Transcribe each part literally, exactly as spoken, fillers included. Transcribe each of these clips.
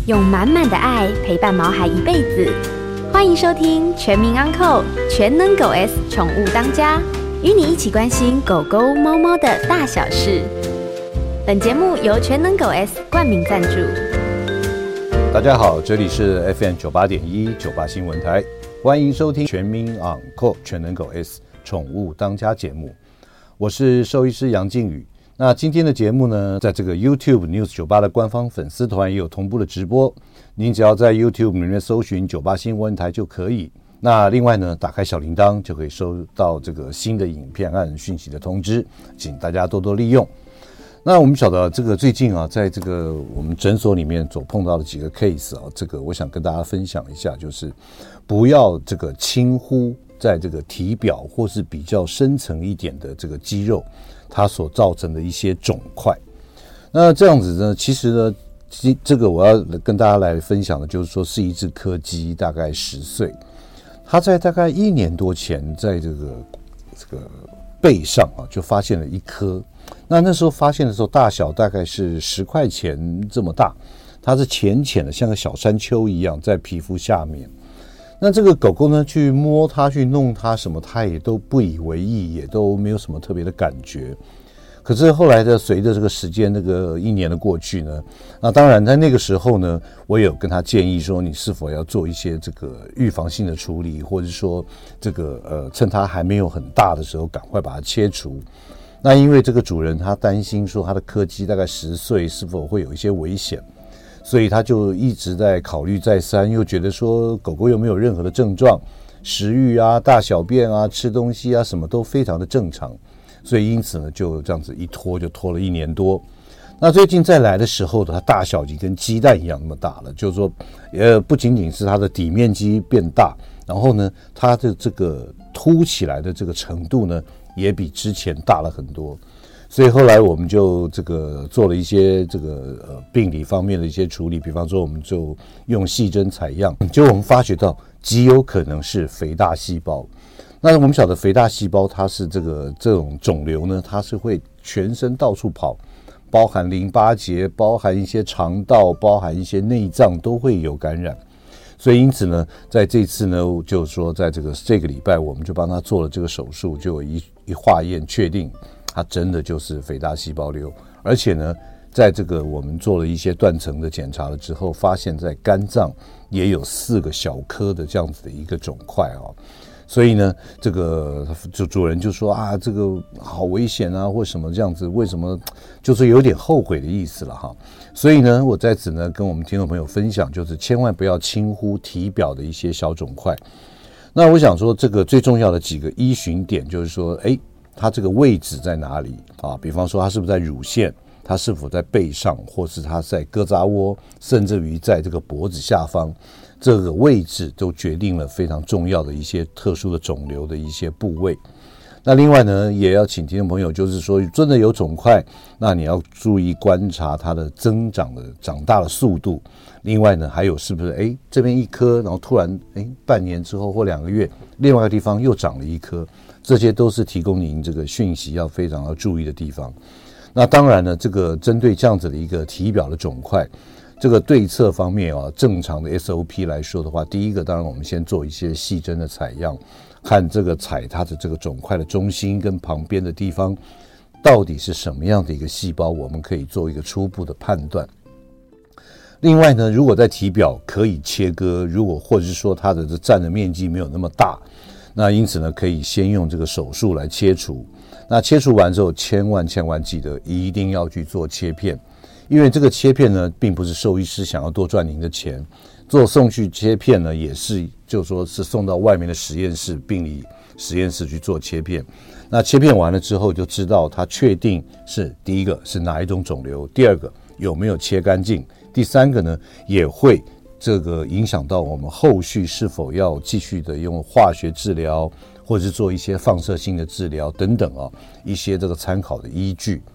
用满满的爱陪伴毛孩一辈子。欢迎收听全民安扣全能狗 S 宠物当家，与你一起关心狗狗猫猫的大小事。本节目由全能狗 S 冠名赞助。 大家好，这里是 F M 九八点一九八新闻台，欢迎收听全民安扣全能狗 S 宠物当家节目，我是兽医师杨靖宇。那今天的节目呢，在这个 YouTube News 九八的官方粉丝团也有同步的直播，您只要在 YouTube 里面搜寻九八新闻台就可以。那另外呢，打开小铃铛就可以收到这个新的影片和讯息的通知，请大家多多利用。那我们晓得这个最近啊，在这个我们诊所里面所碰到的几个 case 啊，这个我想跟大家分享一下，就是不要这个轻忽在这个体表或是比较深层一点的这个肌肉，它所造成的一些肿块。那这样子呢，其实呢，这个我要跟大家来分享的就是说，是一只柯基，大概十岁，它在大概一年多前，在这个这个背上啊，就发现了一颗。那那时候发现的时候，大小大概是十块钱这么大，它是浅浅的，像个小山丘一样，在皮肤下面。那这个狗狗呢，去摸它，去弄它什么，它也都不以为意，也都没有什么特别的感觉。可是后来的，随着这个时间，那个一年的过去呢，那当然在那个时候呢，我也有跟他建议说，你是否要做一些这个预防性的处理，或者说这个呃，趁它还没有很大的时候，赶快把它切除。那因为这个主人他担心说，他的柯基大概十岁是否会有一些危险。所以他就一直在考虑再三，又觉得说狗狗又没有任何的症状，食欲啊、大小便啊、吃东西啊，什么都非常的正常，所以因此呢，就这样子一拖就拖了一年多。那最近再来的时候呢，它大小已经跟鸡蛋一样那么大了，就是说，呃，不仅仅是它的底面积变大，然后呢，它的这个凸起来的这个程度呢，也比之前大了很多。所以后来我们就这个做了一些这个呃病理方面的一些处理，比方说我们就用细针采样，结果我们发觉到极有可能是肥大细胞。那我们晓得肥大细胞它是这个这种肿瘤呢，它是会全身到处跑，包含淋巴结，包含一些肠道，包含一些内脏都会有感染。所以因此呢，在这次呢，就是说在这个这个礼拜，我们就帮他做了这个手术，就一一化验确定。它真的就是肥大细胞瘤，而且呢，在这个我们做了一些断层的检查了之后，发现在肝脏也有四个小颗的这样子的一个肿块啊，所以呢，这个就主人就说啊，这个好危险啊，或什么这样子，为什么就是有点后悔的意思了哈。所以呢，我在此呢跟我们听众朋友分享，就是千万不要轻忽体表的一些小肿块。那我想说，这个最重要的几个依循点就是说，哎。它这个位置在哪里啊？比方说它是不是在乳腺，它是否在背上，或是它在胳肢窝，甚至于在这个脖子下方，这个位置都决定了非常重要的一些特殊的肿瘤的一些部位。那另外呢，也要请听众朋友，就是说真的有肿块，那你要注意观察它的增长的长大的速度。另外呢，还有是不是哎这边一颗，然后突然哎半年之后或两个月，另外一个地方又长了一颗。这些都是提供您这个讯息要非常要注意的地方。那当然呢，这个针对这样子的一个体表的肿块，这个对策方面啊，正常的 S O P 来说的话，第一个当然我们先做一些细针的采样，看这个采它的这个肿块的中心跟旁边的地方到底是什么样的一个细胞，我们可以做一个初步的判断。另外呢，如果在体表可以切割，如果或者是说它的这占的面积没有那么大，那因此呢，可以先用这个手术来切除。那切除完之后，千万千万记得一定要去做切片，因为这个切片呢，并不是兽医师想要多赚您的钱，做送去切片呢，也是就是说是送到外面的实验室、病理实验室去做切片。那切片完了之后，就知道它确定是第一个是哪一种肿瘤，第二个有没有切干净，第三个呢，也会。这个影响到我们后续是否要继续的用化学治疗，或者是做一些放射性的治疗等等啊，一些这个参考的依据。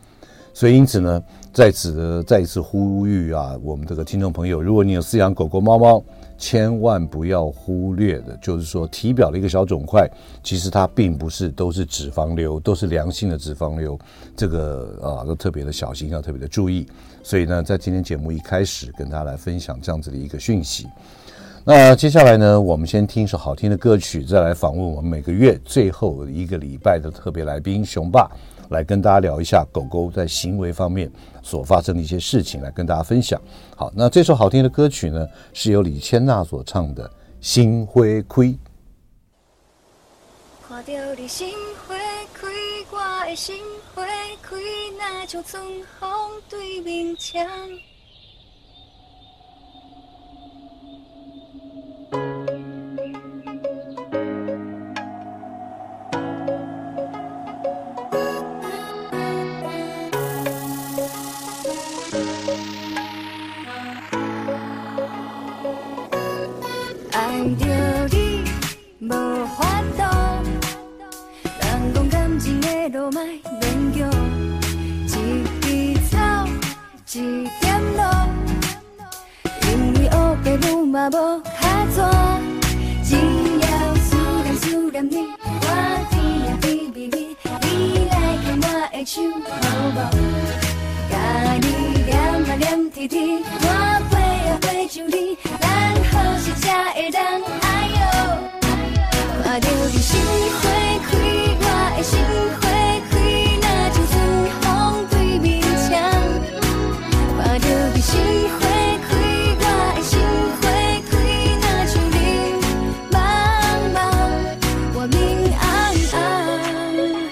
所以因此呢，在此呢再一次呼吁啊，我们这个听众朋友，如果你有饲养狗狗、猫猫，千万不要忽略的，就是说体表的一个小肿块，其实它并不是都是脂肪瘤，都是良性的脂肪瘤，这个啊都特别的小心，要特别的注意。所以呢，在今天节目一开始跟大家来分享这样子的一个讯息。那接下来呢，我们先听一首好听的歌曲，再来访问我们每个月最后一个礼拜的特别来宾熊爸，来跟大家聊一下狗狗在行为方面所发生的一些事情，来跟大家分享。好，那这首好听的歌曲呢，是由李千娜所唱的《心花开》。 看到你心花开，我的心花开，那像春风对面墙。爱着你无法度，人讲感情的路莫勉强，一枝草，一点露，因为黑白母嘛无卡纸，只要思念思念你，我甜呀甜蜜蜜，你来牵我的手好无？甲你念啊念甜甜，我飞啊飞像你。好是才会当哎呦，看到你心花开，我的心花开，那像春风对面墙。看到你心花开，我的心花开，那像林茫茫，我明暗暗。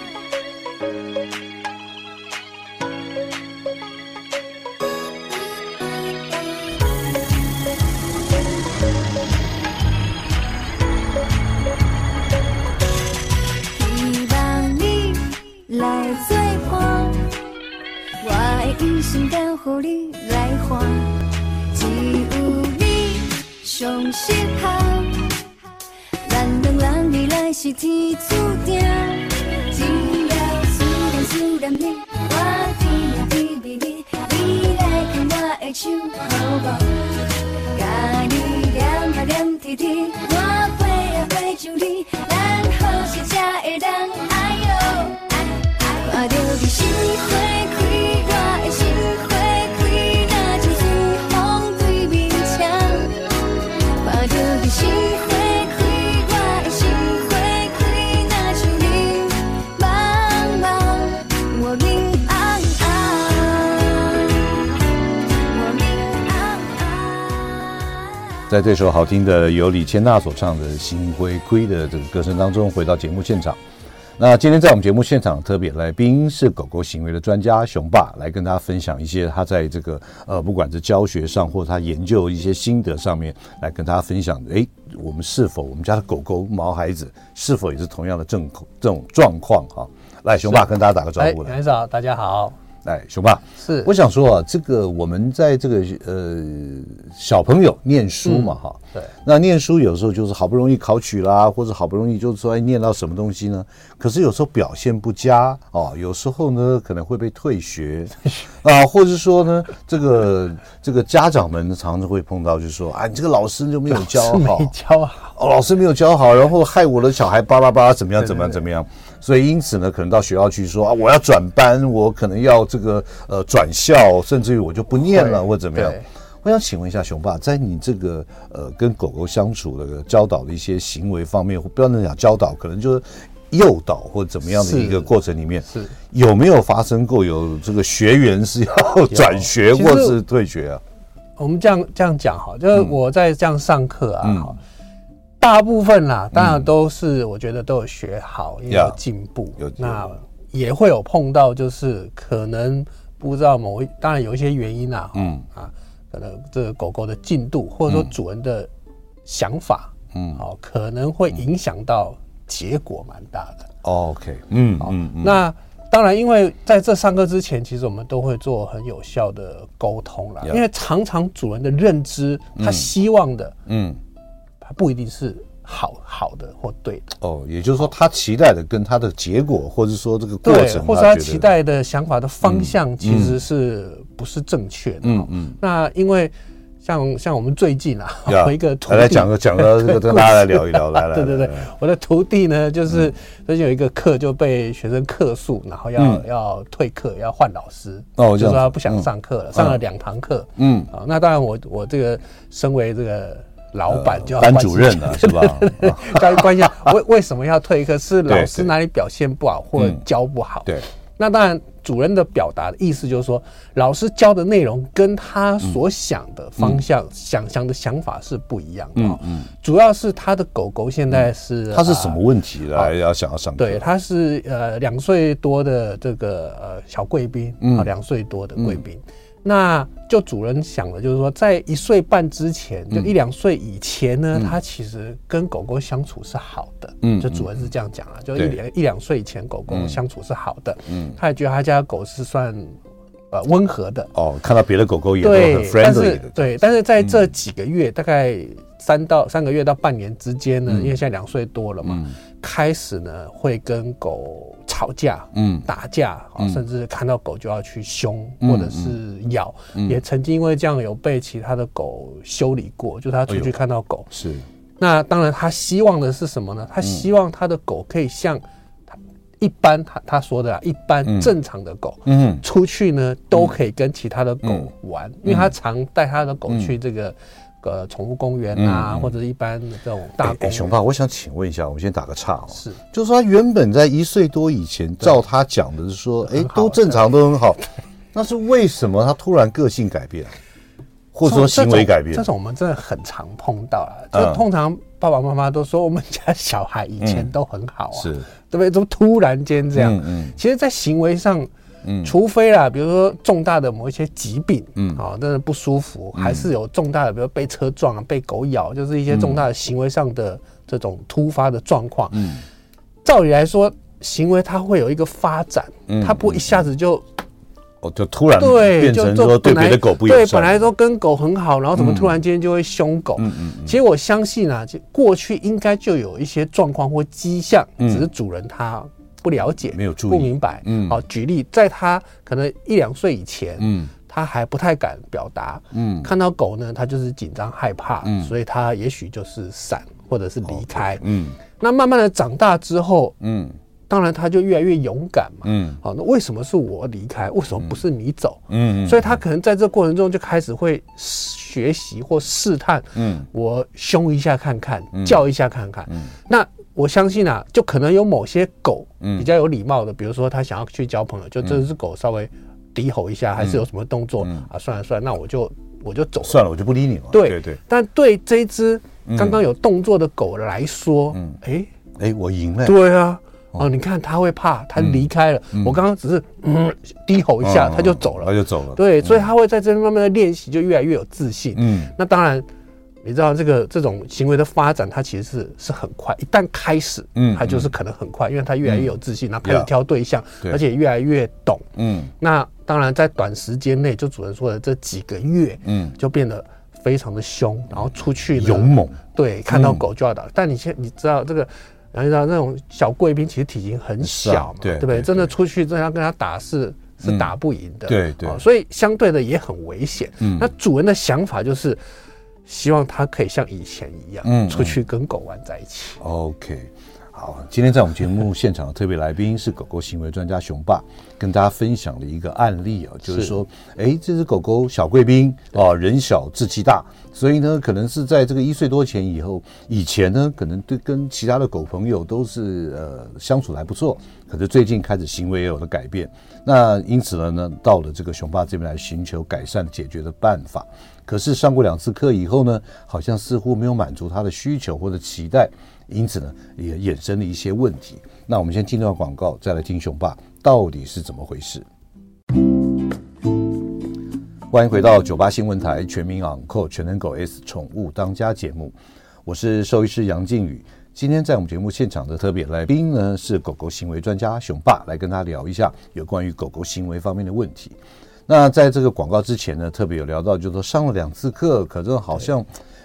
来作伴，我的一生等候你来还，只有你上适合。咱两人未来是天注定，只要思念思念你，我甜呀甜蜜蜜，你来牵我的手好无？甲你念啊念甜甜，我飞啊飞像你，咱好是才会当哎呦。看到你心花开，我的心花开，那像春风对面墙。看到你心花开，我的心花开，那像林茫茫，我明暗暗，我明暗暗。 在这首好听的由李千娜所唱的《心花开》的这个歌声当中，回到节目现场。那今天在我们节目现场特别来宾是狗狗行为的专家熊爸，来跟大家分享一些他在这个呃不管是教学上或者他研究一些心得上面，来跟大家分享。哎，我们是否我们家的狗狗毛孩子是否也是同样的症这种状况哈？来，熊爸跟大家打个招呼来。 很少，大家好。 来，熊爸， 是我想说啊，这个我们在这个呃小朋友念书嘛，哈、嗯， 对， 那念书有时候就是好不容易考取啦，或者好不容易就是说哎念到什么东西呢？可是有时候表现不佳哦，有时候呢可能会被退学啊，或者说呢这个这个家长们常常会碰到，就是说啊，你这个老师就没有教好， 没教好， 哦，老师没有教好，然后害我的小孩巴拉巴拉怎么样怎么样怎么样。所以因此呢，可能到学校去说啊，我要转班，我可能要这个呃转校，甚至于我就不念了或怎么样。我想请问一下熊爸，在你这个呃跟狗狗相处的教导的一些行为方面，不要能讲教导，可能就是诱导或怎么样的一个过程里面， 是有没有发生过有这个学员是要转学或是退学啊？ 我们这样这样讲哈，就是我在这样上课啊。嗯，大部分啦，当然都是我觉得都有学好，也有进步。那也会有碰到，就是可能不知道某一，当然有一些原因啊，嗯啊，可能这个狗狗的进度，或者说主人的想法，嗯，好，可能会影响到结果蛮大的。 OK， 嗯嗯嗯。 那当然，因为在这上课之前，其实我们都会做很有效的沟通啦，因为常常主人的认知，他希望的，嗯。不一定是好好的或对的。 哦，也就是说他期待的跟他的结果，或者说这个过程， 或者他期待的想法的方向其实是不是正确的。嗯嗯。那因为像像我们最近啊，我一个徒弟来讲个讲个这个跟大家来聊一聊，来来。 对对对，我的徒弟呢，就是最近有一个课就被学生客诉，然后要要退课，要换老师。哦，就说他不想上课了，上了两堂课。嗯。啊，那当然我我这个身为这个老板就要班主任了，是吧？ 该关心为为什么要退课？是老师哪里表现不好，或者教不好？ 对。 那当然，主任的表达的意思就是说，老师教的内容跟他所想的方向、嗯、想象的想法是不一样的。嗯嗯，主要是他的狗狗现在是、嗯、 他是什么问题来要想要上课？ 对，他是呃两岁多的这个呃小贵宾，嗯，两岁多的贵宾。嗯，那就主人想的就是说，在一岁半之前，就一两岁以前呢，嗯、他其实跟狗狗相处是好的。嗯，就主人是这样讲啊，就一两一两岁以前，狗狗相处是好的。嗯，他也觉得他家的狗是算呃温和的。 哦，看到别的狗狗也都很 friendly 的。 对，但是在这几个月，嗯、大概三到三个月到半年之间呢，嗯、因为现在两岁多了嘛，嗯、开始呢会跟狗吵架，嗯，打架，嗯、甚至看到狗就要去凶，嗯、或者是咬，嗯、也曾经因为这样有被其他的狗修理过，就是他出去看到狗，哎、 是。 那当然，他希望的是什么呢？他希望他的狗可以像一般他他说的啊，一般正常的狗，嗯，出去呢都可以跟其他的狗玩，嗯、因为他常带他的狗去这个。呃，宠物公园啊，嗯、或者是一般的这种大公园。欸欸、熊爸， 我想请问一下，我们先打个岔哦。 是， 就是说他原本在一岁多以前，照他讲的是说，哎、欸，都正常，都很好。那是为什么他突然个性改变，或者说行为改变？ 这种我们真的很常碰到了。就通常爸爸妈妈都说，我们家小孩以前都很好啊，嗯、是，对不对？怎么突然间这样？嗯嗯。其实，在行为上。嗯，除非啦，比如说重大的某一些疾病，嗯，啊、哦，真的不舒服，嗯、还是有重大的，比如被车撞啊、被狗咬，就是一些重大的行为上的这种突发的状况。嗯，照理来说，行为它会有一个发展，嗯，它不会一下子就， 哦，就突然变成说对别的狗不友善， 对，本来都跟狗很好，然后怎么突然间就会凶狗？嗯嗯。其实我相信啊，过去应该就有一些状况或迹象，嗯、只是主人他。不了解， 没有注意， 不明白。嗯，好，举例，在他可能一两岁以前，嗯，他还不太敢表达，嗯，看到狗呢，他就是紧张害怕，嗯，所以他也许就是闪或者是离开，嗯，那慢慢的长大之后，嗯，当然他就越来越勇敢嘛，嗯，好，那为什么是我离开？为什么不是你走？嗯，所以他可能在这过程中就开始会学习或试探，嗯，我凶一下看看，嗯、叫一下看看，嗯，那。我相信啊，就可能有某些狗比较有礼貌的，嗯、比如说他想要去交朋友，就这只狗稍微低吼一下，嗯、还是有什么动作、嗯、啊？算了算了，那我就我就走了， 算了，我就不理你了。 对对对。但对这一只刚刚有动作的狗来说，嗯，哎哎、欸欸，我赢了。 对啊，哦，你看它会怕，它离开了。嗯、我刚刚只是嗯低吼一下，它、嗯、就走了， 它就走了。 对，所以它会在这边慢慢的练习，就越来越有自信。嗯，那当然。你知道这个这种行为的发展，它其实是是很快，一旦开始，嗯，它就是可能很快，因为它越来越有自信，然后开始挑对象，而且越来越懂，嗯，那当然在短时间内，就主人说的这几个月，嗯，就变得非常的凶，然后出去勇猛， 对，看到狗就要打。但你现你知道这个，你知道那种小贵宾其实体型很小嘛，对不对？真的出去真的要跟他打是是打不赢的， 对对， 所以相对的也很危险。嗯，那主人的想法就是。希望他可以像以前一样，嗯，出去跟狗玩在一起。 OK， 好，今天在我们节目现场的特别来宾是狗狗行为专家熊爸，跟大家分享了一个案例啊，就是说，哎，这只狗狗小贵宾啊，人小志气大，所以呢，可能是在这个一岁多前以后，以前呢，可能对跟其他的狗朋友都是呃相处还不错，可是最近开始行为也有了改变，那因此呢，呢到了这个熊爸这边来寻求改善解决的办法。可是上过两次课以后呢，好像似乎没有满足他的需求或者期待，因此呢，也衍生了一些问题。那我们先进段广告，再来听熊爸到底是怎么回事。欢迎回到九八新闻台全民昂扣全能狗 S 宠物当家节目，我是兽医师杨靖宇。今天在我们节目现场的特别来宾呢，是狗狗行为专家熊爸，来跟他聊一下有关于狗狗行为方面的问题。那在这个广告之前呢，特别有聊到，就是说上了两次课，可是好像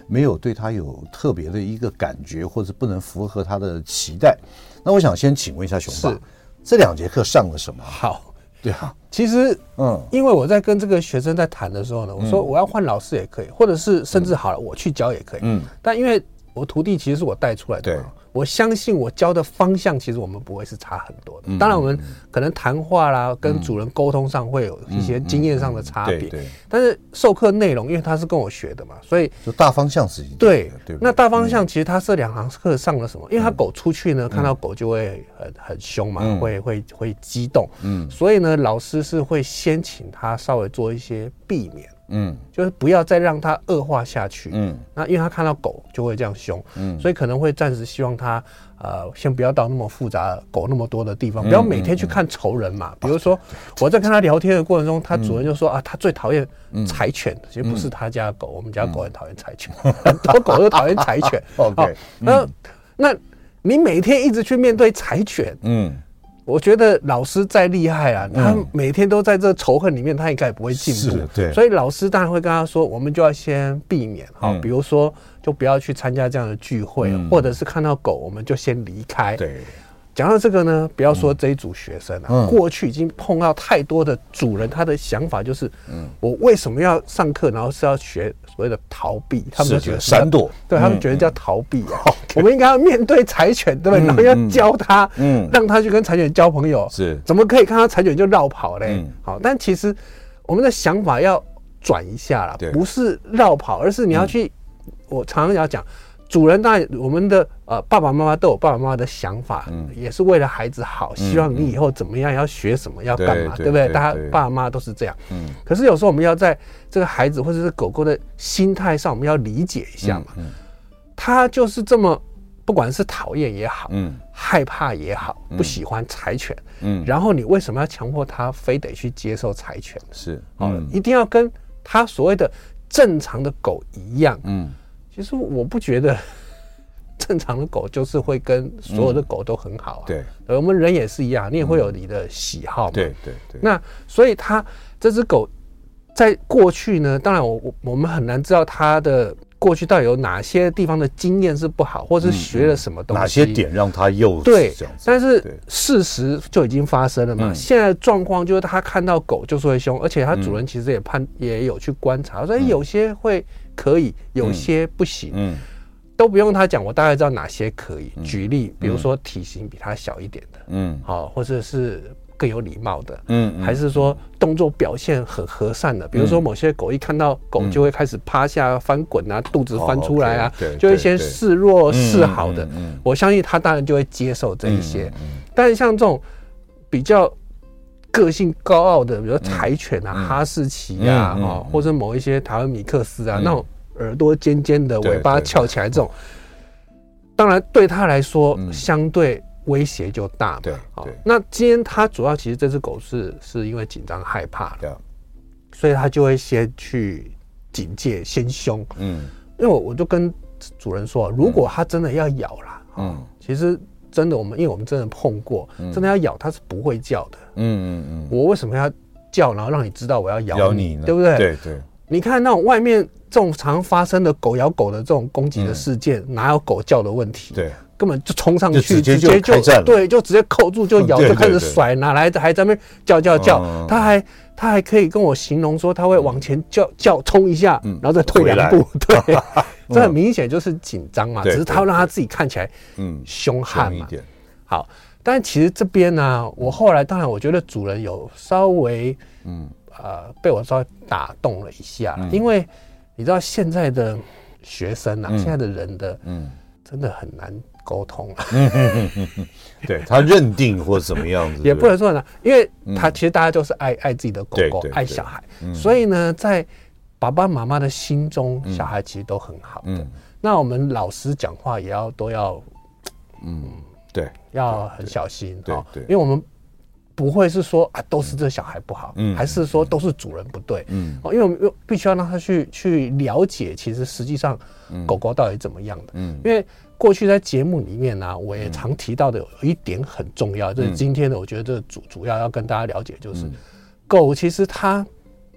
没有对它有特别的一个感觉，或者不能符合它的期待。那我想先请问一下熊爸，这两节课上了什么？ 好， 对啊， 其实嗯，因为我在跟这个学生在谈的时候呢，我说我要换老师也可以，或者是甚至好了我去教也可以，嗯，但因为我徒弟其实是我带出来的嘛，我相信我教的方向其实我们不会是差很多的。当然我们可能谈话啦，跟主人沟通上会有一些经验上的差别，但是授课内容因为他是跟我学的嘛，所以就大方向是一样的。 对，那大方向其实他这两堂课上了什么？因为他狗出去呢，看到狗就会很很凶嘛，会会会激动，嗯，所以呢，老师是会先请他稍微做一些避免。嗯，就是不要再让它恶化下去。嗯，那因为他看到狗就会这样凶，嗯，所以可能会暂时希望他呃先不要到那么复杂狗那么多的地方，不要每天去看仇人嘛。比如说我在跟他聊天的过程中，他主人就说啊，他最讨厌柴犬，其实不是他家的狗，我们家狗很讨厌柴犬，很多狗都讨厌柴犬。OK， 那那你每天一直去面对柴犬，嗯。我觉得老师再厉害啊，他每天都在这仇恨里面，他应该也不会进步。对，所以老师当然会跟他说，我们就要先避免哈，嗯、比如说就不要去参加这样的聚会，嗯、或者是看到狗我们就先离开。对。讲到这个呢，不要说这一组学生啊，嗯、过去已经碰到太多的主人，他的想法就是，嗯、我为什么要上课，然后是要学所谓的逃避，他们就觉得闪躲， 对、嗯、他们觉得叫逃避啊。嗯、我们应该要面对柴犬，对不对？嗯、然后要教他，嗯，让他去跟柴犬交朋友，是，怎么可以看到柴犬就绕跑嘞？嗯、好，但其实我们的想法要转一下啦，不是绕跑，而是你要去，嗯、我常常要讲。主人当然，我们的呃爸爸妈妈都有爸爸妈妈的想法，嗯、也是为了孩子好，希望你以后怎么样，要学什么，要干嘛，对不对？大家爸爸妈妈都是这样。嗯。可是有时候我们要在这个孩子或者是狗狗的心态上，我们要理解一下嘛。嗯。他就是这么，不管是讨厌也好，嗯，害怕也好，不喜欢柴犬，嗯，然后你为什么要强迫他非得去接受柴犬？是，嗯，一定要跟他所谓的正常的狗一样，嗯。其实我不觉得正常的狗就是会跟所有的狗都很好啊。对，我们人也是一样，你也会有你的喜好嘛。对对对。那所以它这只狗在过去呢，当然我我我们很难知道它的过去到底有哪些地方的经验是不好，或是学了什么东西，哪些点让它又对这样子。但是事实就已经发生了嘛。嗯、现在的状况就是它看到狗就是会凶，而且它主人其实也判也有去观察，所以有些会。可以，有些不行，嗯，都不用他讲，我大概知道哪些可以。嗯、举例，比如说体型比他小一点的，嗯，好，或者是更有礼貌的，嗯，还是说动作表现很和善的，比如说某些狗一看到狗就会开始趴下、翻滚啊，肚子翻出来啊，就会先示弱示好的。我相信他当然就会接受这一些，但是像这种比较。个性高傲的，比如说柴犬啊、嗯、哈士奇啊，嗯嗯嗯、或者某一些台湾米克斯啊，嗯、那种耳朵尖尖的、尾巴翘起来这种，当然对他来说、嗯、相对威胁就大嘛。对，好，那今天他主要其实这只狗是是因为紧张害怕了，所以他就会先去警戒，先凶。嗯，因为我我就跟主人说，如果他真的要咬啦，嗯，其实。真的，我们因为我们真的碰过，嗯、真的要咬它是不会叫的。嗯嗯嗯。我为什么要叫，然后让你知道我要咬你，咬你呢？对不对？对对。你看那种外面这种常发生的狗咬狗的这种攻击的事件，嗯、哪有狗叫的问题？对，根本就冲上去，直接就开战了，对，就直接扣住就咬，就开始甩，哪来的还在那边叫叫叫？嗯、他还他还可以跟我形容说，他会往前叫叫冲一下，嗯、然后再退两步，对。这很明显就是紧张嘛，只是他要让他自己看起来凶悍嘛。好，但其实这边呢、啊，我后来当然我觉得主人有稍微嗯呃被我稍微打动了一下，嗯、因为你知道现在的学生啊，嗯、现在的人的嗯真的很难沟通啊。 对他认定或怎么样子， 也不能说呢，因为他其实大家都是爱爱自己的狗狗，爱小孩，嗯、所以呢在。爸爸妈妈的心中，小孩其实都很好的。嗯、那我们老师讲话也要都要，嗯，对，要很小心，对对，因为我们不会是说啊都是这小孩不好，嗯，还是说都是主人不对，嗯，因为我们必须要让他去去了解，其实实际上狗狗到底怎么样的，嗯，因为过去在节目里面呢、啊，我也常提到的有一点很重要，就是今天的我觉得这主主要要跟大家了解，就是、嗯、狗其实它。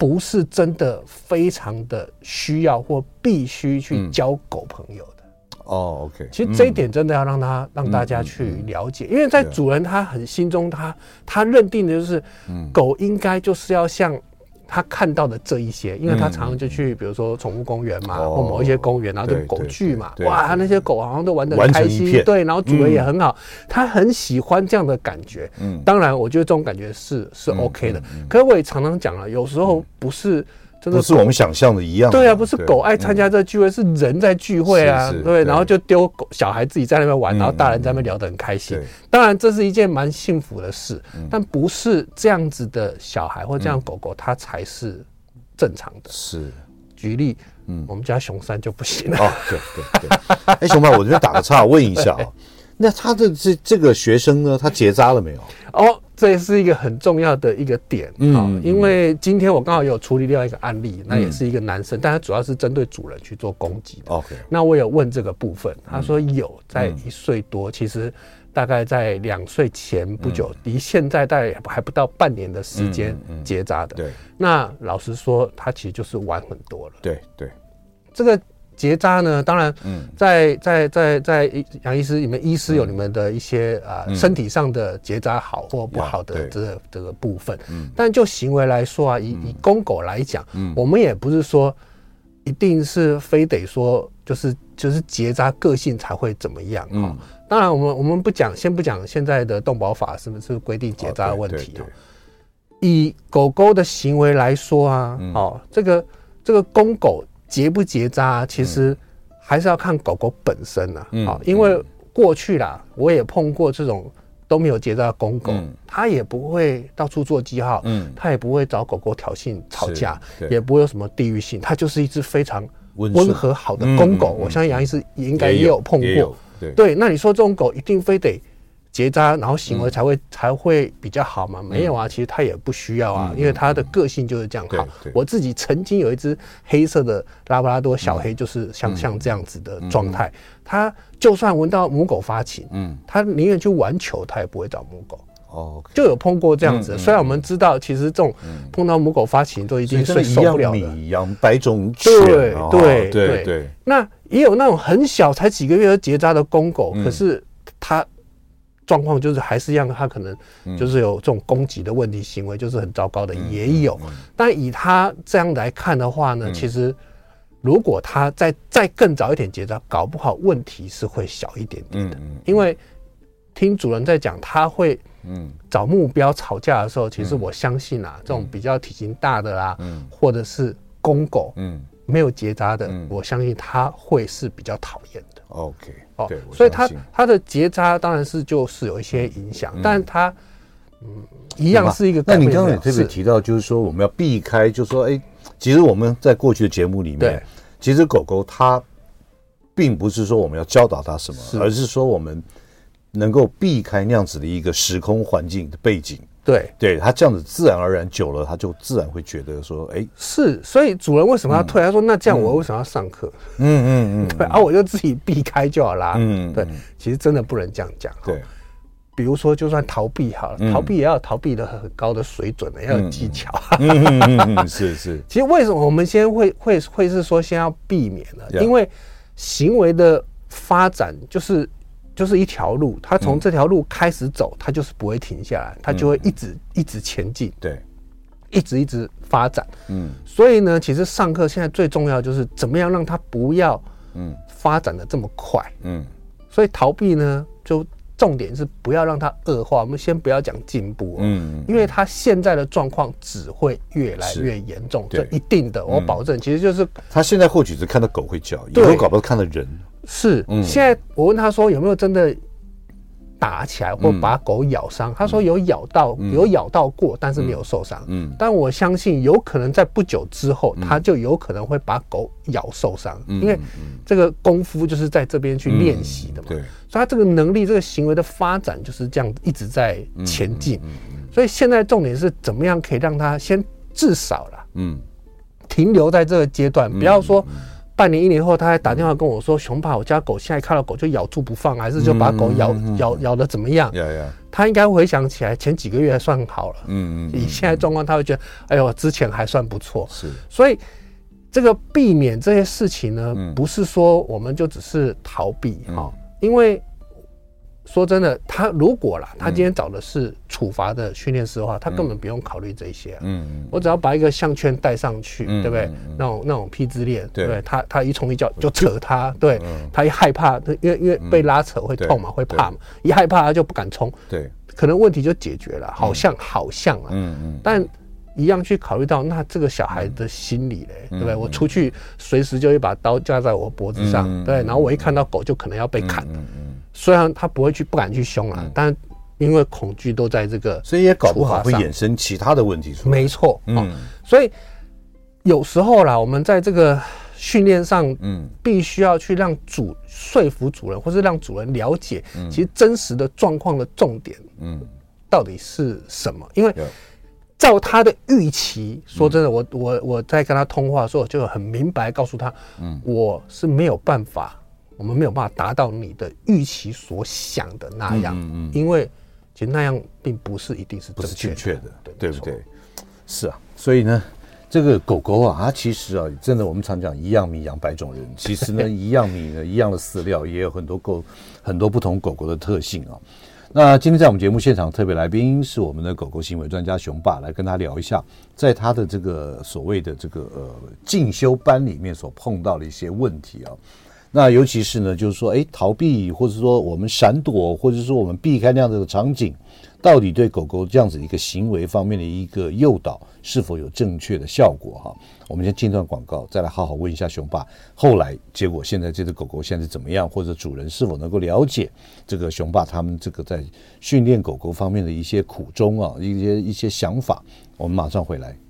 不是真的非常的需要或必须去交狗朋友的。 嗯、哦 ，OK， 其实这一点真的要让他、嗯、让大家去了解，因为在主人他很心中他他认定的就是，嗯、狗应该就是要像他看到的这一些，因为他常常就去，比如说宠物公园嘛，嗯、或某一些公园，然后就狗聚嘛，哇，他那些狗好像都玩得很开心，对，然后主人也很好，嗯、他很喜欢这样的感觉。嗯，当然，我觉得这种感觉是是 OK 的，嗯嗯嗯、可是我也常常讲了，有时候不是。 不是我们想象的一样的。 对啊，不是狗爱参加这个聚会，嗯、是人在聚会啊，是是对，然后就丢狗小孩自己在那边玩，嗯、然后大人在那边聊得很开心。当然，这是一件蛮幸福的事，嗯、但不是这样子的小孩或这样狗狗，它才是正常的。是，举例，嗯，我们家熊三就不行了。哦， 对对对。哎、欸，熊爸，我这边打个岔，问一下啊、哦，那他的这这个学生呢，他结扎了没有？ 哦。这也是一个很重要的一个点，嗯、哦，因为今天我刚好有处理另外一个案例，嗯、那也是一个男生，但他主要是针对主人去做攻击的。OK， 那我有问这个部分，他说有，在一岁多，嗯、其实大概在两岁前不久，离、嗯、现在大概还不到半年的时间结扎的。嗯嗯嗯、对，那老实说，他其实就是晚很多了。 对对， 这个。结扎呢，当然在，在在在在杨医师，你们医师有你们的一些啊、呃、身体上的结扎好或不好的这个这个部分，嗯、但就行为来说啊，以以公狗来讲，嗯、我们也不是说一定是非得说就是就是结扎个性才会怎么样哈、嗯哦。当然，我们我们不讲，先不讲现在的动保法是不是规定结扎的问题哦。以狗狗的行为来说啊，嗯、哦，这个这个公狗。结不结扎、啊，其实还是要看狗狗本身啊。嗯、哦，因为过去啦，我也碰过这种都没有结扎的公狗，嗯、它也不会到处做记号，嗯，它也不会找狗狗挑衅吵架，也不会有什么地域性，它就是一只非常温和好的公狗。嗯、我相信杨医师应该也有碰过，对, 对。那你说这种狗一定非得结扎，然后行为才会、嗯、才会比较好吗？没有啊，其实它也不需要啊，嗯、因为它的个性就是这样好。我自己曾经有一只黑色的拉布拉多小黑，就是像、嗯、像这样子的状态，嗯、它就算闻到母狗发情，嗯，它宁愿去玩球，它也不会找母狗。哦， okay、就有碰过这样子的。嗯、虽然我们知道，其实这种碰到母狗发情都一定是受不了的。 米养百种犬， 对哦、 对对对, 对。那也有那种很小，才几个月就结扎的公狗，嗯、可是它。状况就是还是一样，他可能就是有这种攻击的问题行为，就是很糟糕的也有。但以他这样来看的话呢，其实如果他再再更早一点结扎，搞不好问题是会小一点点的。因为听主人在讲，他会找目标吵架的时候，其实我相信啊，这种比较体型大的啦，或者是公狗，没有结扎的，我相信他会是比较讨厌的。 OK， 哦，所以它它的结扎当然是就是有一些影响，嗯、但它嗯一样是一个改变。 那你刚刚也特别提到，就是说我们要避开，就是说，哎，其实我们在过去的节目里面，其实狗狗它并不是说我们要教导它什么，是而是说我们能够避开那样子的一个时空环境的背景。 对， 对，他这样子自然而然久了，他就自然会觉得说，哎， 是，所以主人为什么要退？嗯、他说，那这样我为什么要上课？嗯嗯嗯，对，啊，我就自己避开就好啦。嗯，对，其实真的不能这样讲。对，比如说，就算逃避好了，嗯、逃避也要逃避的很高的水准的，要有技巧。嗯嗯嗯嗯， 是是。 其实为什么我们先会会会是说先要避免呢？ Yeah. 因为行为的发展就是。就是一条路，他从这条路开始走，他就是不会停下来，他就会一直、嗯、一直前进， 对， 一直一直发展。嗯，所以呢，其实上课现在最重要就是怎么样让他不要嗯发展的这么快。嗯，所以逃避呢，就重点是不要让他恶化。我们先不要讲进步、哦，嗯，因为他现在的状况只会越来越严重，这一定的，我保证。嗯、其实就是他现在或许是看到狗会叫，以后搞不好看到人。 是，嗯、现在我问他说有没有真的打起来或把狗咬伤？嗯、他说有咬到，嗯、有咬到过，但是没有受伤。嗯，但我相信有可能在不久之后，嗯、他就有可能会把狗咬受伤，嗯、因为这个功夫就是在这边去练习的嘛。嗯、对，所以他这个能力、这个行为的发展就是这样一直在前进。嗯嗯嗯嗯、所以现在重点是怎么样可以让他先至少啦，嗯，停留在这个阶段，不要说。 半年一年后，他还打电话跟我说：“熊爸，我家狗现在看到狗就咬住不放，还是就把狗咬、嗯嗯、咬咬的怎么样？” yeah, yeah. 他应该回想起来，前几个月还算好了。嗯嗯。以现在状况，他会觉得，哎呦，之前还算不错。是。所以这个避免这些事情呢，嗯、不是说我们就只是逃避哈、嗯哦，因为。说真的，他如果啦，他今天找的是处罚的训练师的话，他根本不用考虑这些、啊。嗯嗯，我只要把一个项圈带上去，嗯、对不对？嗯嗯、那种那种劈枝链，对不对？他他一冲一叫就扯他，对、嗯、他一害怕，因为因为被拉扯会痛嘛，会怕嘛，一害怕他就不敢冲，对，可能问题就解决了，好像、嗯、好像啊，嗯嗯，但。一样去考虑到，那这个小孩的心理嘞，嗯、对不对？我出去随时就一把刀架在我脖子上，嗯、对，然后我一看到狗就可能要被砍。嗯嗯、虽然他不会去，不敢去凶啊，嗯、但因为恐惧都在这个， 所以也搞不好会衍生其他的问题出来。 没错，嗯、哦，所以有时候啦，我们在这个训练上，嗯，必须要去让主说服主人，或是让主人了解，嗯、其实真实的状况的重点，嗯，到底是什么？因为。照他的预期，说真的，我我我在跟他通话的时候，就很明白告诉他，嗯，我是没有办法，我们没有办法达到你的预期所想的那样，嗯嗯，因为其实那样并不是一定是正确的，不是正确的，对对不对？ 是啊，所以呢，这个狗狗啊，它其实啊，真的我们常讲一样米养百种人，其实呢，一样米呢，一样的饲料，也有很多狗很多不同狗狗的特性啊。那今天在我们节目现场特别来宾是我们的狗狗行为专家熊爸，来跟他聊一下，在他的这个所谓的这个呃进修班里面所碰到的一些问题啊。那尤其是呢，就是说，哎，逃避或者说我们闪躲，或者说我们避开那样的场景，到底对狗狗这样子一个行为方面的一个诱导是否有正确的效果哈？我们先进段广告，再来好好问一下熊爸，后来结果现在这只狗狗现在怎么样，或者主人是否能够了解这个熊爸他们这个在训练狗狗方面的一些苦衷啊，一些一些想法。我们马上回来。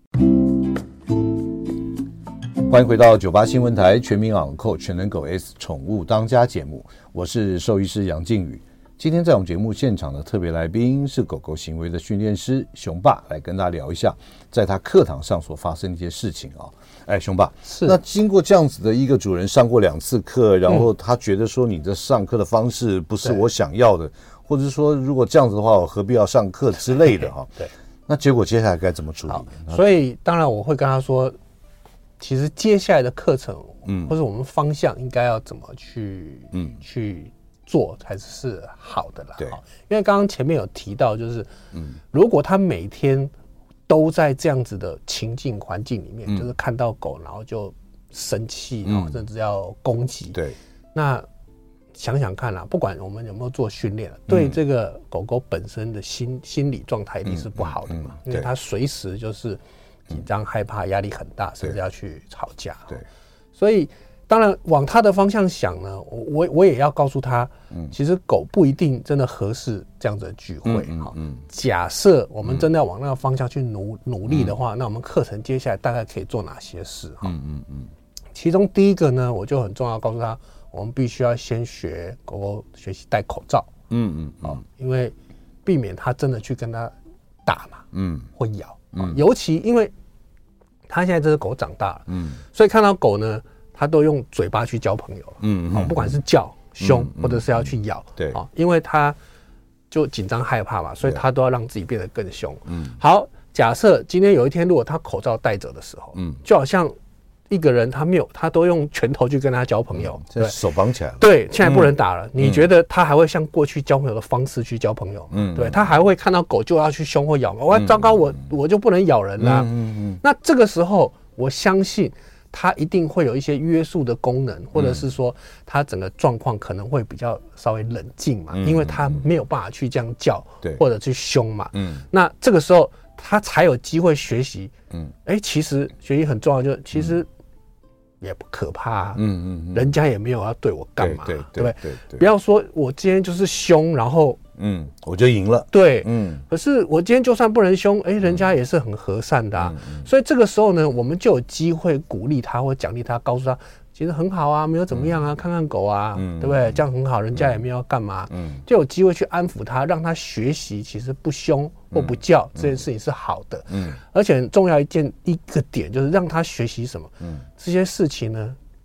欢迎回到九八新闻台全民昂扣全能狗 S 宠物当家节目，我是兽医师杨靖宇。今天在我们节目现场的特别来宾是狗狗行为的训练师熊爸，来跟大家聊一下在他课堂上所发生的一些事情啊。哎，熊爸，是那经过这样子的一个主人上过两次课，然后他觉得说你的上课的方式不是我想要的，或者说如果这样子的话，我何必要上课之类的哈。对，那结果接下来该怎么处理？ 所以当然我会跟他说，其实接下来的课程，嗯，或者我们方向应该要怎么去，嗯，去做才是好的啦。对，因为刚刚前面有提到，就是，嗯，如果他每天都在这样子的情境环境里面，嗯、就是看到狗然后就生气，然后甚至要攻击，对，那想想看啦，不管我们有没有做训练，嗯、对这个狗狗本身的心心理状态一定是不好的嘛，嗯嗯嗯、因为它随时就是紧张、害怕、压力很大，甚至要去吵架。对，所以当然往他的方向想呢，我我也要告诉他，嗯，其实狗不一定真的合适这样子的聚会。嗯嗯嗯、假设我们真的要往那个方向去努努力的话，嗯、那我们课程接下来大概可以做哪些事？嗯嗯嗯。其中第一个呢，我就很重要告诉他，我们必须要先学狗狗学习戴口罩。嗯嗯嗯、哦，因为避免他真的去跟他打嘛，嗯，或咬。嗯、尤其因为他现在这只狗长大了，嗯，所以看到狗呢，他都用嘴巴去交朋友了，嗯，好、嗯，不管是叫、凶、嗯、或者是要去咬，对，啊，因为他就紧张害怕嘛，所以他都要让自己变得更凶。嗯，好，假设今天有一天，如果他口罩戴着的时候，嗯，就好像一个人他没有，他都用拳头去跟他交朋友， 嗯、手绑起来了， 对，现在不能打了。嗯、你觉得他还会像过去交朋友的方式去交朋友吗？嗯，对，他还会看到狗就要去凶或咬吗？哇，糟糕，我我就不能咬人啦、啊。嗯嗯嗯。那这个时候，我相信他一定会有一些约束的功能，或者是说他整个状况可能会比较稍微冷静嘛，嗯、因为他没有办法去这样叫，对，或者去凶嘛。嗯。那这个时候他才有机会学习。嗯。哎、欸，其实学习很重要，就是其实。也不可怕、啊，嗯嗯嗯，人家也没有要对我干嘛，对对 对, 对, 对, 对，不要说我今天就是凶，然后嗯，我就赢了， 对，嗯，可是我今天就算不能凶，哎、欸，人家也是很和善的啊，嗯嗯、所以这个时候呢，我们就有机会鼓励他或奖励他，告诉他其实很好啊，没有怎么样啊，嗯、看看狗啊，嗯、对不对？这样很好，人家也没有要干嘛，嗯，就有机会去安抚他，让他学习其实不凶或不叫、嗯、这件事情是好的，嗯，而且很重要一件一个点就是让他学习什么，嗯，这些事情呢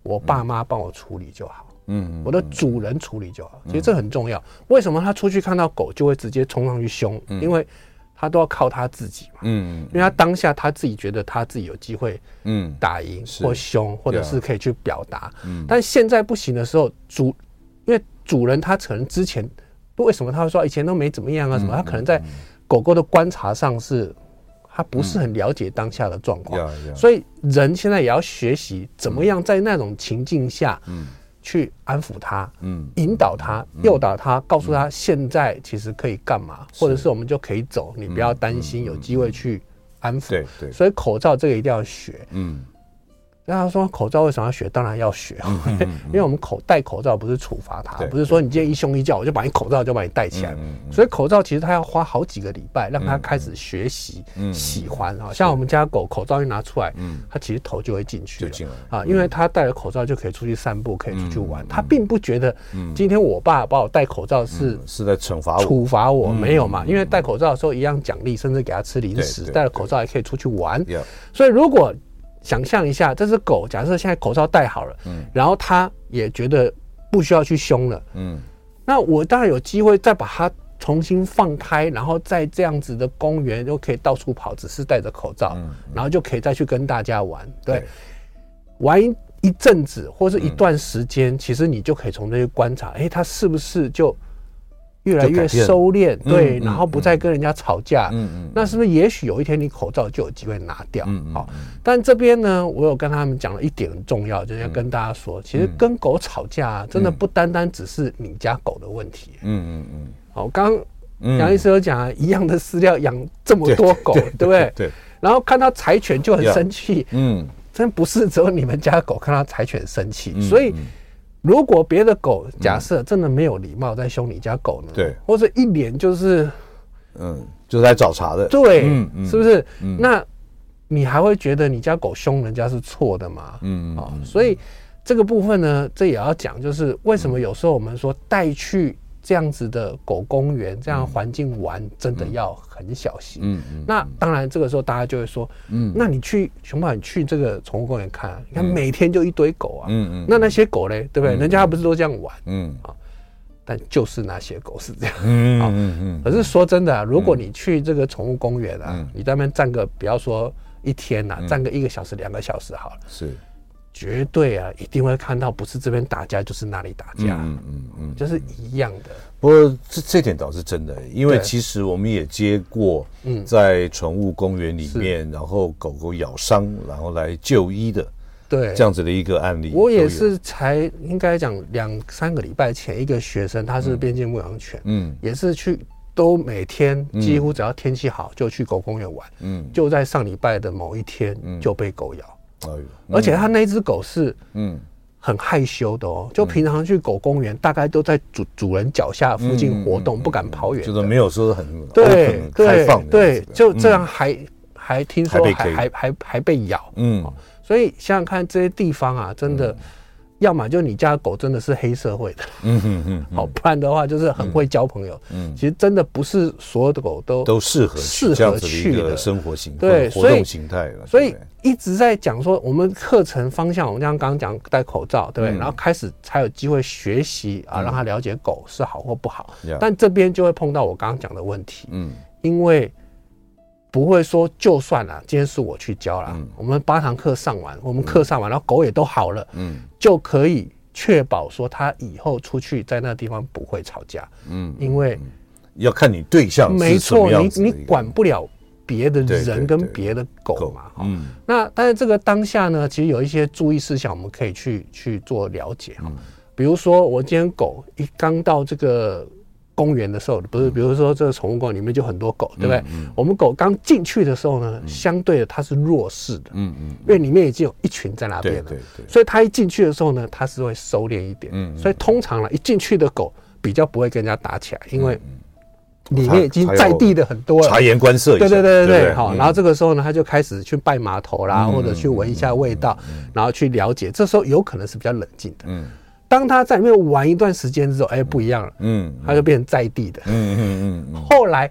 我爸妈帮我处理就好，嗯，我的主人处理就好。其实这很重要。为什么他出去看到狗就会直接冲上去凶？嗯、因为他都要靠他自己嘛，嗯，因为他当下他自己觉得他自己有机会，嗯，打赢或凶，或者是可以去表达，嗯，但现在不行的时候，主因为主人他可能之前为什么他会说以前都没怎么样啊什么，他可能在狗狗的观察上是。他不是很了解当下的状况，嗯、所以人现在也要学习怎么样在那种情境下，嗯，去安抚他，嗯，引导他，诱导他，告诉他现在其实可以干嘛，或者是我们就可以走，你不要担心，有机会去安抚。对对，所以口罩这个一定要学，嗯。那他说口罩为什么要学？当然要学，嗯嗯嗯、因为我们口戴口罩不是处罚他，不是说你今天一凶一叫我就把你口罩就把你戴起来，嗯嗯嗯、所以口罩其实他要花好几个礼拜让他开始学习、嗯、喜欢啊。像我们家狗口罩一拿出来，嗯、他其实头就会进去了，就进来啊，因为他戴了口罩就可以出去散步，可以出去玩，嗯、他并不觉得今天我爸把我戴口罩是、 嗯、是在惩罚我， 处罚我、嗯、没有嘛？因为戴口罩的时候一样奖励，甚至给他吃零食，戴了口罩也可以出去玩，所以如果想象一下，这只狗，假设现在口罩戴好了，嗯，然后它也觉得不需要去凶了，嗯，那我当然有机会再把它重新放开，然后在这样子的公园就可以到处跑，只是戴着口罩，嗯，然后就可以再去跟大家玩，对，对玩一一阵子或是一段时间，嗯，其实你就可以从这些观察，哎，它是不是就越来越收敛，对，嗯，然后不再跟人家吵架，嗯嗯，那是不是也许有一天你口罩就有机会拿掉？嗯，好，但这边呢，我有跟他们讲了一点很重要，就是要跟大家说，其实跟狗吵架，啊，真的不单单只是你家狗的问题。嗯嗯嗯。好，刚刚杨医师有讲啊，一样的饲料养这么多狗，对不对？对。然后看到柴犬就很生气，嗯，真不是只有你们家狗看到柴犬生气，所以。如果别的狗假设真的没有礼貌在凶你家狗呢？对，或者一脸就是， 嗯，就是在找茬的， 对，嗯嗯、是不是？嗯、那你还会觉得你家狗凶人家是错的吗？嗯啊、哦，所以这个部分呢，这也要讲，就是为什么有时候我们说带去这样子的狗公园、这样环境玩，真的要很小心。嗯嗯。那当然，这个时候大家就会说，嗯，那你去熊宝，你去这个宠物公园看、啊，你看每天就一堆狗啊，嗯嗯。那那些狗嘞，对不对？人家不是都这样玩，嗯啊。但就是那些狗是这样，嗯嗯嗯。可是说真的啊，如果你去这个宠物公园啊，你在那边站个，不要说一天呐，站个一个小时、两个小时好了，是。绝对啊，一定会看到，不是这边打架就是那里打架，嗯嗯嗯，就是一样的。 不过这这点倒是真的，因为其实我们也接过在宠物公园里面，然后狗狗咬伤，然后来就医的，对这样子的一个案例。 我也是才应该讲两三个礼拜前，一个学生他是边境牧羊犬，嗯，也是去都每天几乎只要天气好就去狗公园玩，嗯，就在上礼拜的某一天就被狗咬。而且他那只狗是嗯很害羞的哦，就平常去狗公园大概都在主主人脚下附近活动，不敢跑远， 就是没有说很对开放对，就这样还还听说还还还还被咬，嗯，所以想想看这些地方啊，真的。要么就你家的狗真的是黑社会的，嗯嗯嗯，好，不然的话就是很会交朋友。嗯，其实真的不是所有的狗都都适合适合去的生活形对活动形态了。 所以一直在讲说，我们课程方向，我们像刚刚讲戴口罩，对不对？然后开始才有机会学习啊，让他了解狗是好或不好。但这边就会碰到我刚刚讲的问题，嗯，因为。不会说就算了，今天是我去教了，嗯、我们八堂课上完，我们课上完，然后狗也都好了，嗯，就可以确保说他以后出去在那个地方不会吵架，嗯，因为要看你对象是什么样子的， 没错，你你管不了别的人跟别的狗嘛，嗯，那但是这个当下呢，其实有一些注意事项我们可以去去做了解哈，嗯、比如说我今天狗一刚到这个。公园的时候，不是，比如说这个宠物公园里面就很多狗，对不对？嗯嗯、我们狗刚进去的时候呢，嗯、相对的它是弱势的，嗯嗯，因为里面已经有一群在那边了，对对对，所以它一进去的时候呢，它是会收敛一点，嗯，所以通常呢，一进去的狗比较不会跟人家打起来，因为里面已经在地的很多了， 察言观色一下， 对对对对对，好，然后这个时候呢，它就开始去拜码头啦，或者去闻一下味道，然后去了解，这时候有可能是比较冷静的，嗯。当他在里面玩一段时间之后，哎，不一样了，嗯，他就变成在地的，嗯嗯嗯。后来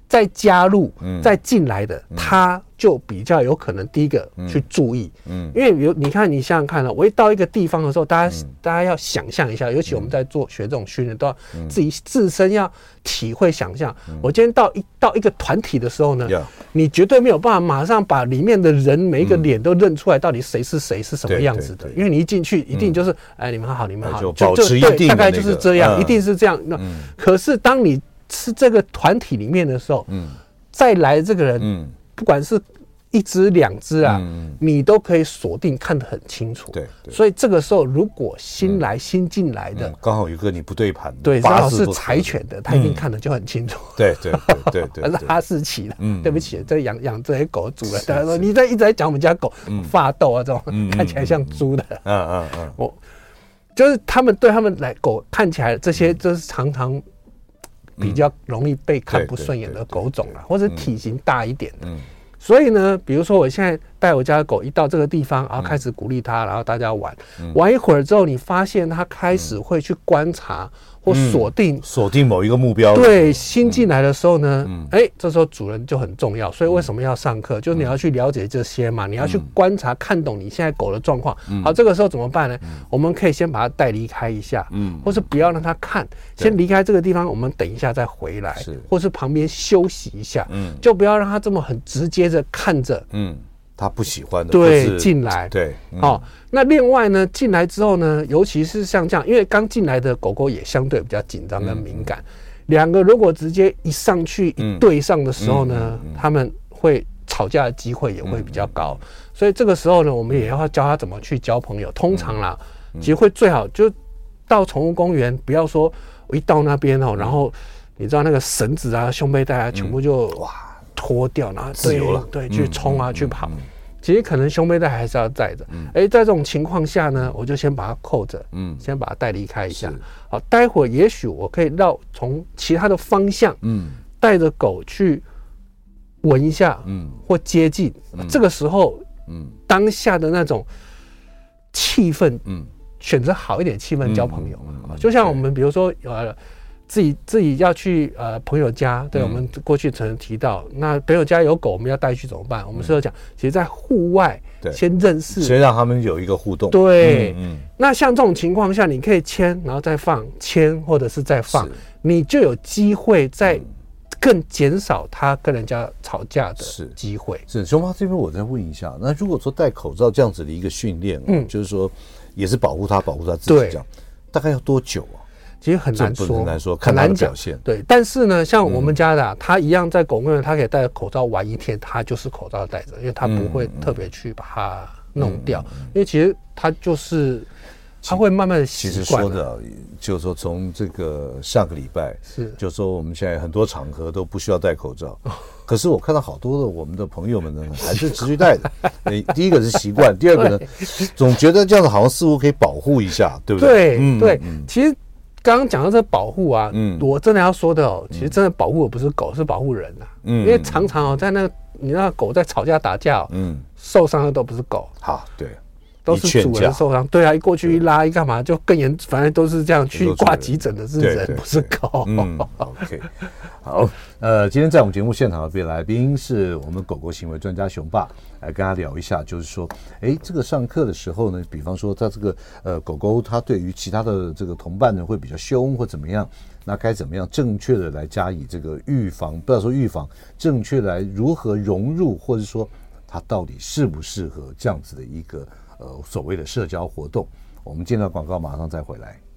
再加入、嗯、再进来的，他就比较有可能第一个去注意，嗯，因为比如你看，你想想看了，我一到一个地方的时候，大家、嗯、大家要想象一下，尤其我们在做学这种训练，都要自己自身要体会想象。嗯、我今天到一到一个团体的时候呢，嗯、你绝对没有办法马上把里面的人每一个脸都认出来，到底谁是谁是什么样子的，因为你一进去一定就是，嗯、哎，你们好，你们好， 就保持一定的、那个、 大概就是这样， 嗯、 一定是这样。那、嗯、可是当你是这个团体里面的时候，嗯，再来这个人，嗯，不管是一只两只啊，嗯、你都可以锁定看得很清楚。 对， 所以这个时候如果新来、嗯、新进来的， 刚、嗯、好有一个你不对盘的， 对，刚好是柴犬的，他一定看得就很清楚。 嗯、对对对对对， 他是哈士奇的。嗯，对不起，这养养这些狗的主人，他说你在一直在讲我们家狗、嗯、发豆啊这种、嗯、看起来像猪的。嗯嗯嗯，我就是他们对他们来狗看起来这些就是常常。比较容易被看不顺眼的狗种啦，或者体型大一点的。嗯，所以呢，比如说我现在带我家的狗一到这个地方，然后开始鼓励它，然后大家玩，嗯、玩一会儿之后，你发现它开始会去观察或锁定锁、嗯、定某一个目标。 对，新进来的时候呢，嗯，哎、欸，这时候主人就很重要。所以为什么要上课？就是你要去了解这些嘛，你要去观察、看懂你现在狗的状况。嗯、好，这个时候怎么办呢？嗯、我们可以先把它带离开一下，嗯，或是不要让它看，先离开这个地方，我们等一下再回来，是，或是旁边休息一下，嗯，就不要让它这么很直接的看着， 嗯。他不喜欢的， 对，进来， 对， 嗯、哦，那另外呢，进来之后呢，尤其是像这样，因为刚进来的狗狗也相对比较紧张跟敏感，两、嗯、个如果直接一上去一对上的时候呢，嗯嗯嗯、他们会吵架的机会也会比较高，嗯、所以这个时候呢，我们也要教他怎么去交朋友。通常啦，嗯、其实会最好就到宠物公园，不要说我一到那边哦，然后你知道那个绳子啊、胸背带啊，全部就哇。脱掉，然后对对去冲啊、嗯、去跑、嗯，其实可能胸背带还是要带着。哎、嗯欸，在这种情况下呢，我就先把它扣着，嗯，先把它带离开一下。好，待会儿也许我可以绕从其他的方向，嗯，带着狗去闻一下，嗯，或接近。嗯、这个时候，嗯，当下的那种气氛，嗯，选择好一点气氛交朋友嘛、嗯嗯。就像我们比如说呃。自己自己要去呃朋友家，对、嗯、我们过去曾经提到，那朋友家有狗，我们要带去怎么办？我们是有讲，其实在户外先认识， 先让他们有一个互动。 对，嗯嗯、那像这种情况下，你可以牵，然后再放，牵或者是再放，你就有机会再更减少他跟人家吵架的机会。 是，是熊猫这边我再问一下，那如果说戴口罩这样子的一个训练、嗯，就是说也是保护他，保护他自己这样，大概要多久啊？ 其实很难说， 很难说，看他的表现。 对，但是呢，像我们家的、啊，他、嗯、一样在狗公园，他可以戴着口罩玩一天，他就是口罩戴着，因为他不会特别去把它弄掉，嗯嗯、因为其实他就是他会慢慢的习惯。 其实说的，就是说从这个上个礼拜是，就是说我们现在很多场合都不需要戴口罩，哦、可是我看到好多的我们的朋友们呢，还是持续戴的。第一个是习惯，第二个呢，总觉得这样子好像似乎可以保护一下，对不对？ 对、嗯、对，嗯、其实。刚刚讲到这保护啊，嗯，我真的要说的哦，其实真的保护的不是狗，是保护人啊。嗯，因为常常哦，在那你那狗在吵架打架，嗯，受伤的都不是狗， 好，对， 都是主人受伤。对啊，一过去一拉一干嘛就更严，反正都是这样去挂急诊的是人，不是狗。 嗯 ，OK， 好，呃，今天在我们节目现场的别来宾是我们狗狗行为专家熊爸。来跟他聊一下，就是说，哎，这个上课的时候呢，比方说，他这个呃狗狗，它对于其他的这个同伴呢会比较凶或怎么样，那该怎么样正确的来加以这个预防？不要说预防，正确的来如何融入，或者说它到底适不适合这样子的一个呃所谓的社交活动？我们进到广告，马上再回来。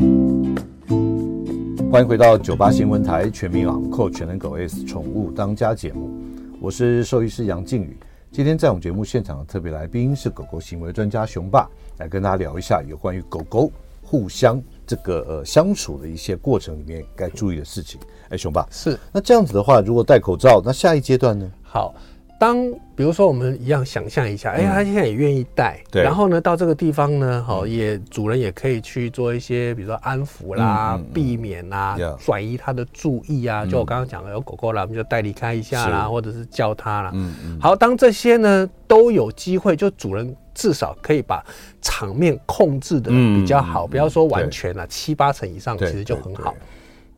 欢迎回到九八新闻台全民昂扣全能狗 S 宠物当家节目，我是兽医师杨靖宇。今天在我们节目现场的特别来宾是狗狗行为专家熊爸，来跟大家聊一下有关于狗狗互相这个呃相处的一些过程里面该注意的事情。哎，熊爸， 是那这样子的话，如果戴口罩，那下一阶段呢？ 好，当比如说我们一样想象一下，哎、嗯，他现在也愿意戴，对，然后呢，到这个地方呢，好、嗯，也主人也可以去做一些，比如说安抚啦、嗯嗯嗯、避免啦、yeah. 转移他的注意啊。就我刚刚讲的，有狗狗啦，我们就带离开一下啦，或者是叫它啦。嗯嗯。好，当这些呢都有机会，就主人至少可以把场面控制的比较好，嗯嗯嗯、不要说完全啦，七八成以上其实就很好。我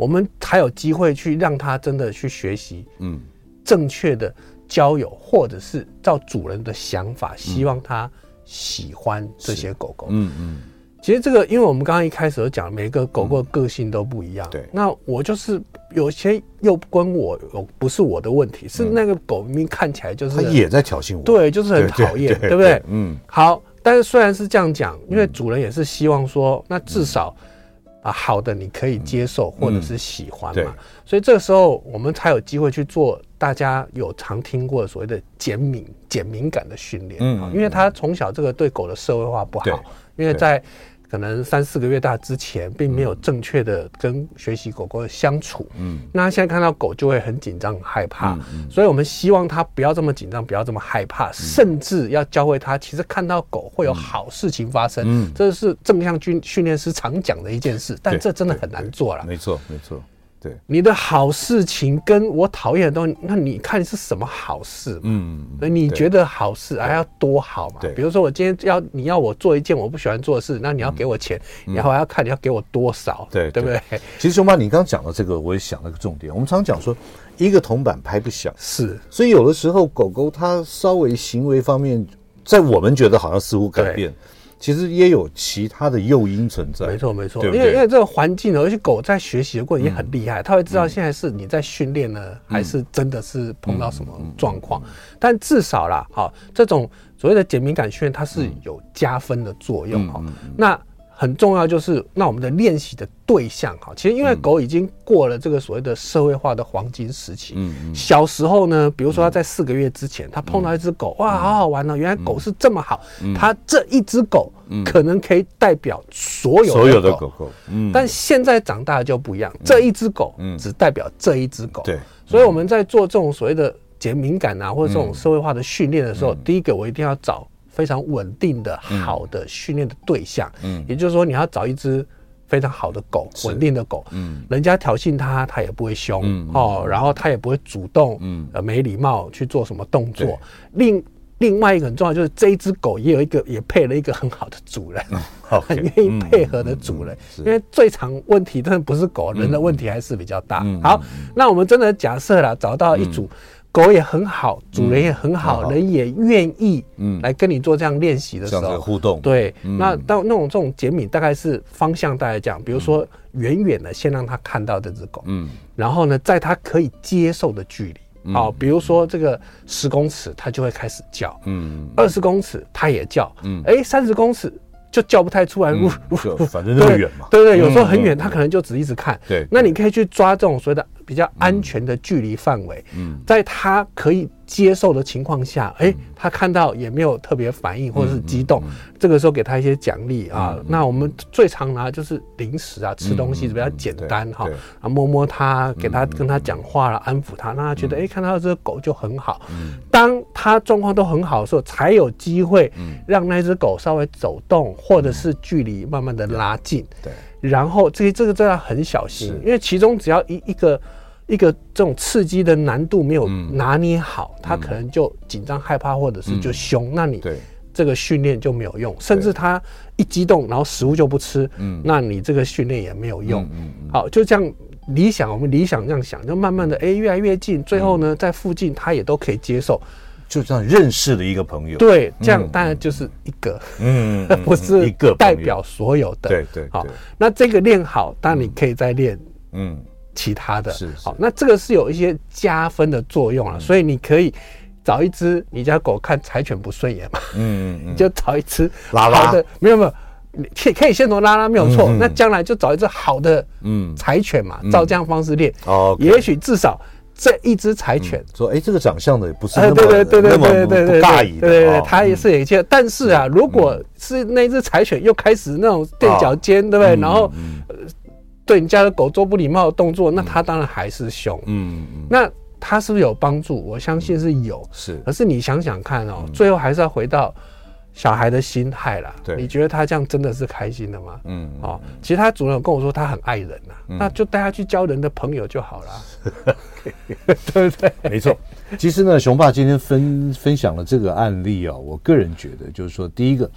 我们才有机会去让它真的去学习，嗯，正确的交友，或者是照主人的想法，希望他喜欢这些狗狗。嗯嗯。其实这个，因为我们刚刚一开始有讲，每个狗狗的个性都不一样。对、嗯，那我就是有些又跟我有不是我的问题，是那个狗明明看起来就是它也在挑衅我， 对，就是很讨厌，对不对？嗯，好，但是虽然是这样讲，因为主人也是希望说，那至少啊好的你可以接受或者是喜欢嘛，嗯、所以这个时候我们才有机会去做大家有常听过的所谓的减敏减敏感的训练。嗯，因为他从小这个对狗的社会化不好，因为在可能三四个月大之前，并没有正确的跟学习狗狗的相处。嗯，那他现在看到狗就会很紧张、很害怕。嗯嗯，所以我们希望他不要这么紧张，不要这么害怕，嗯、甚至要教会他，其实看到狗会有好事情发生。嗯，这是正向训训练师常讲的一件事，但这真的很难做了。 没错，没错。对， 你的好事情跟我讨厌的东西，那你看是什么好事嘛？嗯，你觉得好事还要多好嘛？比如说我今天要你要我做一件我不喜欢做的事，那你要给我钱，嗯、然后还要看你要给我多少，对对不对？ 其实熊爸，你刚刚讲到这个，我也想了个重点。我们常讲说，一个铜板拍不响， 是， 所以有的时候狗狗它稍微行为方面，在我们觉得好像似乎改变。其实也有其他的诱因存在， 没错没错，因为因为这个环境，而且狗在学习的过程也很厉害，它、嗯、会知道现在是你在训练呢，嗯、还是真的是碰到什么状况。嗯嗯嗯、但至少啦，好，这种所谓的减敏感训练，它是有加分的作用哈。嗯嗯嗯、那很重要就是，那我们的练习的对象哈，其实因为狗已经过了这个所谓的社会化的黄金时期。嗯嗯、小时候呢，比如说他在四个月之前，他碰到一只狗，哇，好好玩哦！原来狗是这么好，他这一只狗可能可以代表所有的狗。所有的狗狗。嗯。但现在长大就不一样，这一只狗只代表这一只狗。对。所以我们在做这种所谓的减敏感啊，或者这种社会化的训练的时候，第一个我一定要找非常稳定的好的训练的对象，嗯，也就是说你要找一只非常好的狗，稳定的狗，嗯，人家挑衅它，它也不会凶，嗯、哦，然后它也不会主动，嗯，呃，没礼貌去做什么动作。另另外一个很重要就是这一只狗也有一个也配了一个很好的主人，嗯、很愿意配合的主人，嗯嗯嗯、因为最常问题真的不是狗，人的问题还是比较大。嗯、好，那我们真的假设啦，找到一组。嗯狗也很好，主人也很好，嗯、人也愿意来跟你做这样练习的时候， 这样的互动， 对，嗯、那到那种这种减敏大概是方向大概这样，比如说远远的先让他看到这只狗，嗯，然后呢，在他可以接受的距离，好、嗯，比如说这个十公尺，他就会开始叫，嗯，二十公尺他也叫，嗯，哎，三十公尺。就叫不太出来，嗯、 反正那么远嘛。 对 对, 对，有时候很远，他可能就只一直看。对，那你可以去抓这种所谓的比较安全的距离范围，嗯，在他可以接受的情况下，哎、欸，他看到也没有特别反应或者是激动，嗯嗯嗯、这个时候给他一些奖励啊。嗯、那我们最常拿就是零食啊，吃东西比较简单哈，啊，摸摸他，给他跟他讲话了，安抚他，让他觉得哎、欸，看到这个狗就很好。嗯，当他状况都很好的时候，才有机会让那只狗稍微走动。或者是距离慢慢的拉近，对，然后这这个真的很小心，因为其中只要一一个一个这种刺激的难度没有拿捏好，他、嗯、可能就紧张害怕，或者是就凶，嗯、那你这个训练就没有用，甚至他一激动，然后食物就不吃，嗯，那你这个训练也没有用。嗯嗯嗯、好，就这样理想，我们理想这样想，就慢慢的哎、欸、越来越近，最后呢在附近他也都可以接受。 就这样认识的一个朋友， 对，这样当然就是一个，嗯，不是一个代表所有的， 对对。 好，那这个练好，当然你可以再练，嗯，其他的，是好，那这个是有一些加分的作用啊，所以你可以找一只你家狗看柴犬不顺眼嘛，嗯嗯，你就找一只拉拉的，没有没有，可以可以先从拉拉没有错，那将来就找一只好的，嗯，柴犬嘛，照这样方式练，哦，也许至少。这一只柴犬、嗯、 说：“哎，这个长相的也不是那么、呃、对对对对对对对对不尬意的， 对对对，它也是有一些。但是啊，如果是那只柴犬又开始那种垫脚尖，哦、对不对？嗯、然后、嗯呃、对你家的狗做不礼貌的动作，那它当然还是凶。嗯嗯，那它是不是有帮助？我相信是有。是，可是你想想看哦，嗯、最后还是要回到。”小孩的心态啦，你觉得他这样真的是开心的吗？嗯，哦，其实他主人有跟我说他很爱人呐、啊，嗯、那就带他去交人的朋友就好了，对不对？ 没错。其实呢，熊爸今天分分享了这个案例啊、哦，我个人觉得就是说，第一个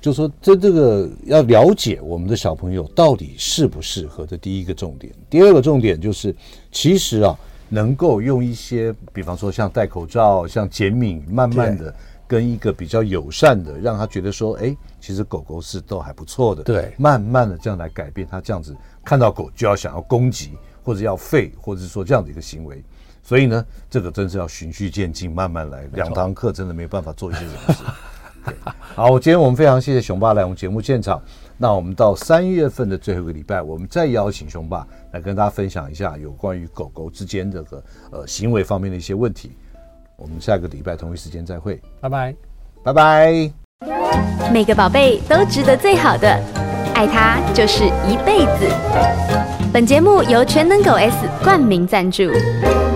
就说这这个要了解我们的小朋友到底适不适合的第一个重点。第二个重点就是，其实啊，能够用一些，比方说像戴口罩、像减敏，慢慢的跟一个比较友善的，让他觉得说，哎，其实狗狗是都还不错的。 对， 慢慢的这样来改变他这样子看到狗就要想要攻击或者要吠，或者是说这样的一个行为。所以呢，这个真是要循序渐进，慢慢来。两堂课真的没有办法做一些什么事。好，今天我们非常谢谢熊爸来我们节目现场。那我们到三月份的最后一个礼拜，我们再邀请熊爸来跟大家分享一下有关于狗狗之间这个呃行为方面的一些问题。我们下个礼拜同一时间再会， 拜拜， 拜拜。 每个宝贝都值得最好的，爱它就是一辈子。本节目由全能狗 S 冠名赞助。